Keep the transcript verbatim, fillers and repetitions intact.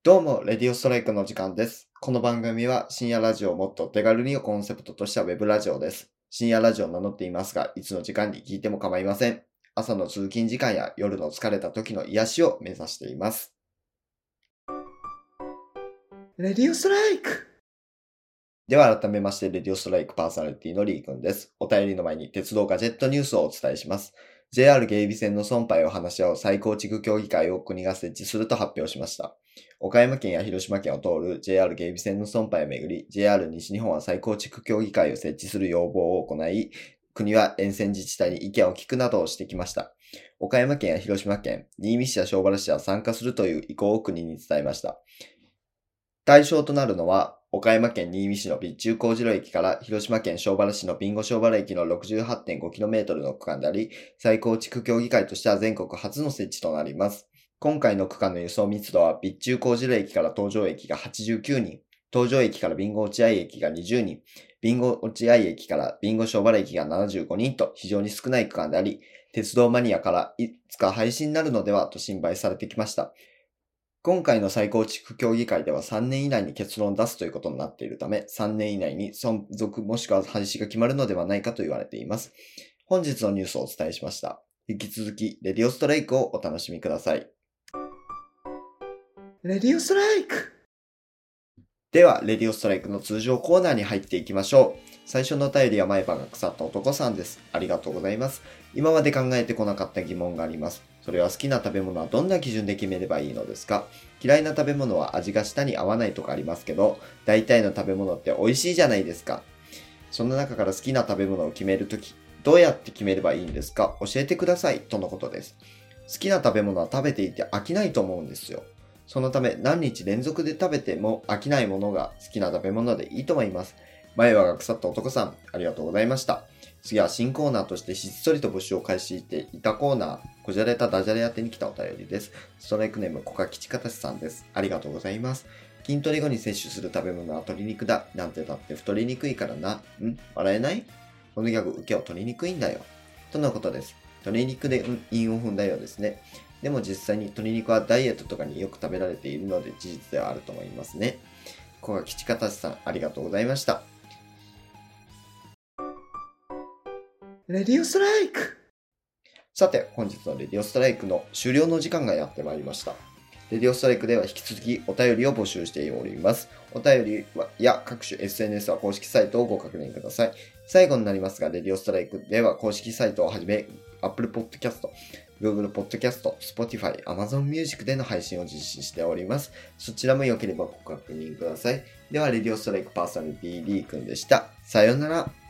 どうも、レディオストライクの時間です。この番組は深夜ラジオをもっと手軽にをコンセプトとしたウェブラジオです。深夜ラジオを名乗っていますが、いつの時間に聞いても構いません。朝の通勤時間や夜の疲れた時の癒しを目指しています。レディオストライクでは改めまして、レディオストライクパーソナリティのリーくんです。お便りの前に鉄道ガジェットニュースをお伝えします。ジェイアール 芸備線の損廃を話し合う再構築協議会を国が設置すると発表しました。岡山県や広島県を通る ジェイアール 芸備線の損廃をめぐり、ジェイアール 西日本は再構築協議会を設置する要望を行い、国は沿線自治体に意見を聞くなどをしてきました。岡山県や広島県、新見市や庄原市は参加するという意向を国に伝えました。対象となるのは、岡山県新見市の備中工事路駅から広島県庄原市の備後庄原駅の ろくじゅうはちてんごキロメートル の区間であり、再構築協議会としては全国初の設置となります。今回の区間の輸送密度は、備中工事路駅から東条駅がはちじゅうきゅうにん、東条駅から備後落合駅がにじゅうにん、備後落合駅から備後庄原駅がななじゅうごにんと非常に少ない区間であり、鉄道マニアからいつか廃止になるのではと心配されてきました。今回の再構築協議会ではさんねん以内に結論を出すということになっているため、さんねん以内に存続もしくは廃止が決まるのではないかと言われています。本日のニュースをお伝えしました。引き続き、レディオストライクをお楽しみください。レディオストライクでは、レディオストライクの通常コーナーに入っていきましょう。最初のお便りは前歯が腐った男さんです。ありがとうございます。今まで考えてこなかった疑問があります。それは好きな食べ物はどんな基準で決めればいいのですか？嫌いな食べ物は味が舌に合わないとかありますけど、大体の食べ物って美味しいじゃないですか。その中から好きな食べ物を決めるとき、どうやって決めればいいんですか？教えてください。とのことです。好きな食べ物は食べていて飽きないと思うんですよ。そのため何日連続で食べても飽きないものが好きな食べ物でいいと思います。前歯が腐った男さん、ありがとうございました。次は新コーナーとしてひっそりと募集を開始していたコーナー、こじゃれたダジャレ宛てに来たお便りです。ストライクネームコカ吉かたしさんです。ありがとうございます。筋トレ後に摂取する食べ物は鶏肉だ。なんてだって太りにくいからな。ん笑えない？このギャグ受けを取りにくいんだよ。とのことです。鶏肉で韻を踏んだようですね。でも実際に鶏肉はダイエットとかによく食べられているので事実ではあると思いますね。小垣吉方さん、ありがとうございました。レディオストライクさて、本日のレディオストライクの終了の時間がやってまいりました。レディオストライクでは引き続きお便りを募集しております。お便りや各種 エスエヌエス は公式サイトをご確認ください。最後になりますが、レディオストライクでは公式サイトをはじめ、Apple Podcast、Google Podcast、Spotify、Amazon Music での配信を実施しております。そちらも良ければご確認ください。では、レディオストライクパーソナリティリーくんでした。さようなら。